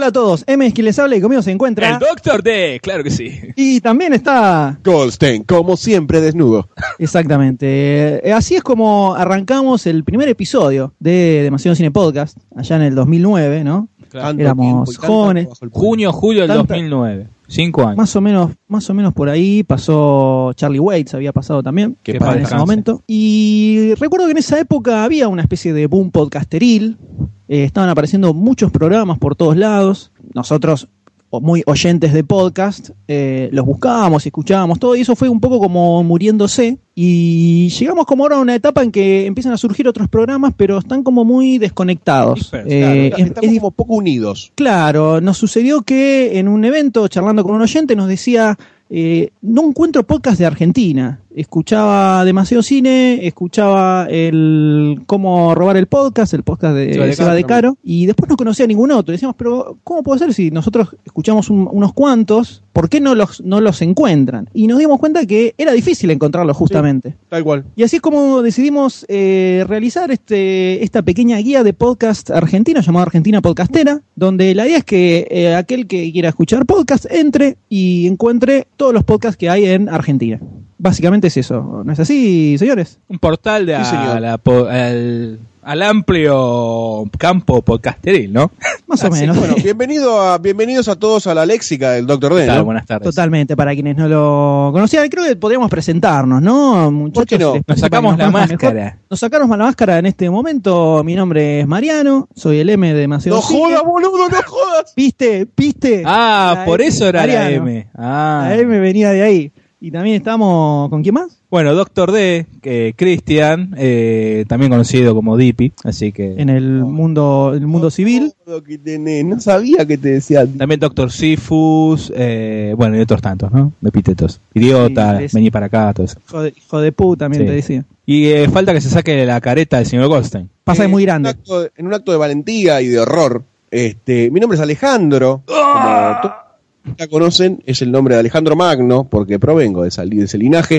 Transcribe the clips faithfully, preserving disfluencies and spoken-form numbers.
Hola a todos, M es quien les habla y conmigo se encuentra... El Doctor D, claro que sí. Y también está... Goldstein, como siempre, desnudo. Exactamente. Eh, así es como arrancamos el primer episodio de Demasiado Cine Podcast, allá en el dos mil nueve, ¿no? Claro. Éramos jóvenes. Junio, julio del Tanta- dos mil nueve. Cinco años. Más o menos, más o menos por ahí pasó Charlie Waits, había pasado también Que en paz ese descanse. momento. Y recuerdo que en esa época había una especie de boom podcasteril. Eh, estaban apareciendo muchos programas por todos lados. Nosotros, o muy oyentes de podcast, eh, los buscábamos y escuchábamos todo. Y eso fue un poco como muriéndose. Y llegamos como ahora a una etapa en que empiezan a surgir otros programas, pero están como muy desconectados. Dispersos, Eh, Claro, es- estamos es como poco unidos. Claro, nos sucedió que en un evento, charlando con un oyente, nos decía, eh, no encuentro podcast de Argentina. Escuchaba Demasiado Cine, escuchaba el Cómo Robar el Podcast, el podcast de Seba Seba de de, Caro. Caro, y después no conocía ningún otro. Decíamos, pero ¿cómo puede ser si nosotros escuchamos un- unos cuantos? ¿Por qué no los, no los encuentran? Y nos dimos cuenta que era difícil encontrarlos justamente. Tal cual. Y así es como decidimos eh, realizar este, esta pequeña guía de podcast argentino llamada Argentina Podcastera, donde la idea es que eh, aquel que quiera escuchar podcast entre y encuentre todos los podcasts que hay en Argentina. Básicamente es eso, ¿no es así, señores? Un portal de Sí, a- señor. la po- al, al amplio campo podcasteril, ¿no? Más o Así, menos. bueno, bienvenido a, bienvenidos a todos a la léxica del Doctor D, ¿Qué tal? ¿no? Buenas tardes. Totalmente, para quienes no lo conocían, creo que podríamos presentarnos, ¿no? Muchachos, qué no? les- Nos sacamos para que la conozcan máscara. mejor. Nos sacamos la máscara en este momento. Mi nombre es Mariano, soy el M de Demasiado ¡No Cine. jodas, boludo, no jodas! ¿Viste? ¿Viste? Ah, La por M, eso era la Mariano. M. Ah. La M venía de ahí. Y también estamos... ¿Con quién más? Bueno, Doctor D, que Cristian, eh, también conocido como Dipi, así que... En el mundo el mundo civil. Jodo que tenés, no sabía que te decía. También Doctor Sifus, eh, bueno, y otros tantos, ¿no? De epítetos. Idiota, Sí, es- vení para acá, todo eso. Hijo de, hijo de puta, también Sí. te decía. Y eh, falta que se saque la careta del señor Goldstein. Pasa que es muy En un grande. acto de- En un acto de valentía y de horror. Este, mi nombre es Alejandro. ¡Ah! Como todos ya conocen, es el nombre de Alejandro Magno, porque provengo de, esa- de ese linaje.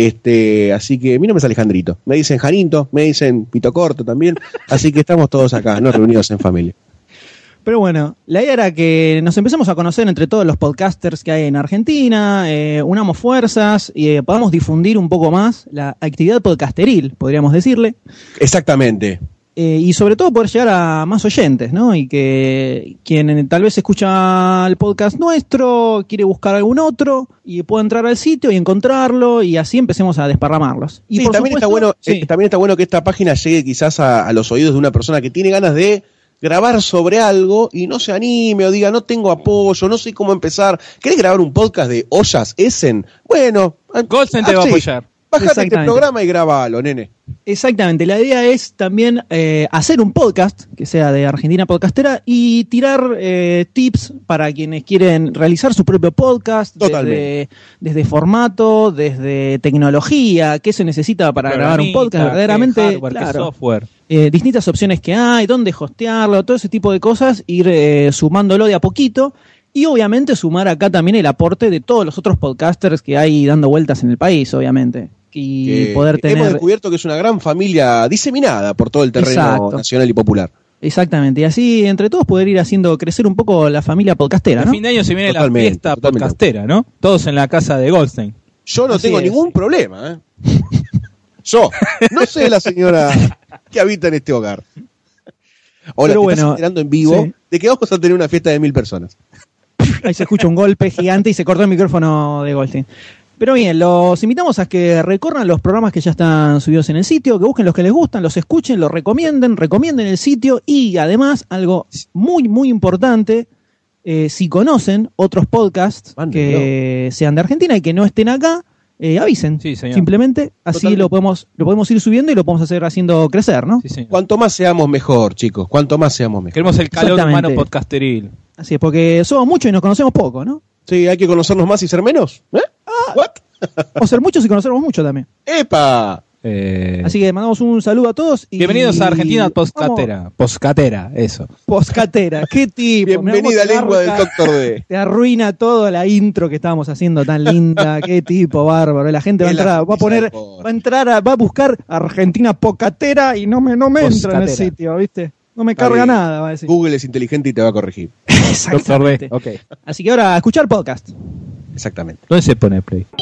Este, así que mi nombre es Alejandrito. Me dicen Janito, me dicen Pito Corto también. Así que estamos todos acá, ¿no? Reunidos en familia. Pero bueno, la idea era que nos empecemos a conocer entre todos los podcasters que hay en Argentina, eh, unamos fuerzas y eh, podamos difundir un poco más la actividad podcasteril, podríamos decirle. Exactamente. Eh, y sobre todo poder llegar a más oyentes, ¿no? Y que quien eh, tal vez escucha el podcast nuestro, quiere buscar algún otro, y pueda entrar al sitio y encontrarlo, y así empecemos a desparramarlos. Y Sí, por también, está supuesto- bueno, sí. eh, también está bueno que esta página llegue quizás a, a los oídos de una persona que tiene ganas de grabar sobre algo y no se anime o diga no tengo apoyo, no sé cómo empezar. ¿Querés grabar un podcast de Ollas Essen? Bueno, Goldstein te va a apoyar. Bájate este Exactamente. programa y grabalo, nene. Exactamente, la idea es también eh, hacer un podcast que sea de Argentina Podcastera y tirar eh, tips para quienes quieren realizar su propio podcast, desde, Totalmente. desde formato, desde tecnología, qué se necesita para grabar un podcast, Programita, verdaderamente, qué hardware, qué claro, software. eh, distintas opciones que hay, dónde hostearlo, todo ese tipo de cosas, ir eh, sumándolo de a poquito. Y obviamente sumar acá también el aporte de todos los otros podcasters que hay dando vueltas en el país, obviamente. Y Que poder Hemos tener... descubierto que es una gran familia diseminada por todo el terreno Exacto. nacional y popular. Exactamente, y así entre todos poder ir haciendo crecer un poco la familia podcastera, A ¿no? fin de año se viene Totalmente, la fiesta totalmente. podcastera, ¿no? Todos en la casa de Goldstein. Yo no Así tengo es. ningún problema, ¿eh? Yo, no sé la señora que habita en este hogar. Hola, Pero te bueno, estás enterando en vivo sí. de que vamos a tener una fiesta de mil personas. Ahí se escucha un golpe gigante y se cortó el micrófono de Goldstein. Pero bien, los invitamos a que recorran los programas que ya están subidos en el sitio, que busquen los que les gustan, los escuchen, los recomienden, recomienden el sitio y además, algo muy, muy importante, eh, si conocen otros podcasts Mándenlo. que sean de Argentina y que no estén acá, eh, avisen. Sí, señor. Simplemente así Totalmente. lo podemos, lo podemos ir subiendo y lo podemos hacer haciendo crecer, ¿no? Sí, señor. Cuanto más seamos mejor, chicos. Cuanto más seamos mejor. Queremos el calor Exactamente. humano podcasteril. Así es, porque somos muchos y nos conocemos poco, ¿no? Sí, hay que conocernos más y ser menos. ¿Eh? ¿What? O ser muchos y conocernos mucho también. ¡Epa! Eh, Así que mandamos un saludo a todos. Y bienvenidos a Argentina Vamos, Postcatera. Postcatera, eso. Postcatera, qué tipo. Mirá cómo Bienvenida te lengua del arca- Doctor D. Te arruina toda la intro que estábamos haciendo tan linda. Qué tipo bárbaro. La gente va a Es la entrar, va a poner, por- va a entrar, a, va a buscar Argentina Pocatera y no me, no me entra en el Postcatera. sitio, ¿viste? No me Está carga bien. nada, va a decir. Google es inteligente y te va a corregir. Doctor D. Exactamente. Ok. Así que ahora, a escuchar podcast. Exactamente. ¿Dónde se pone play?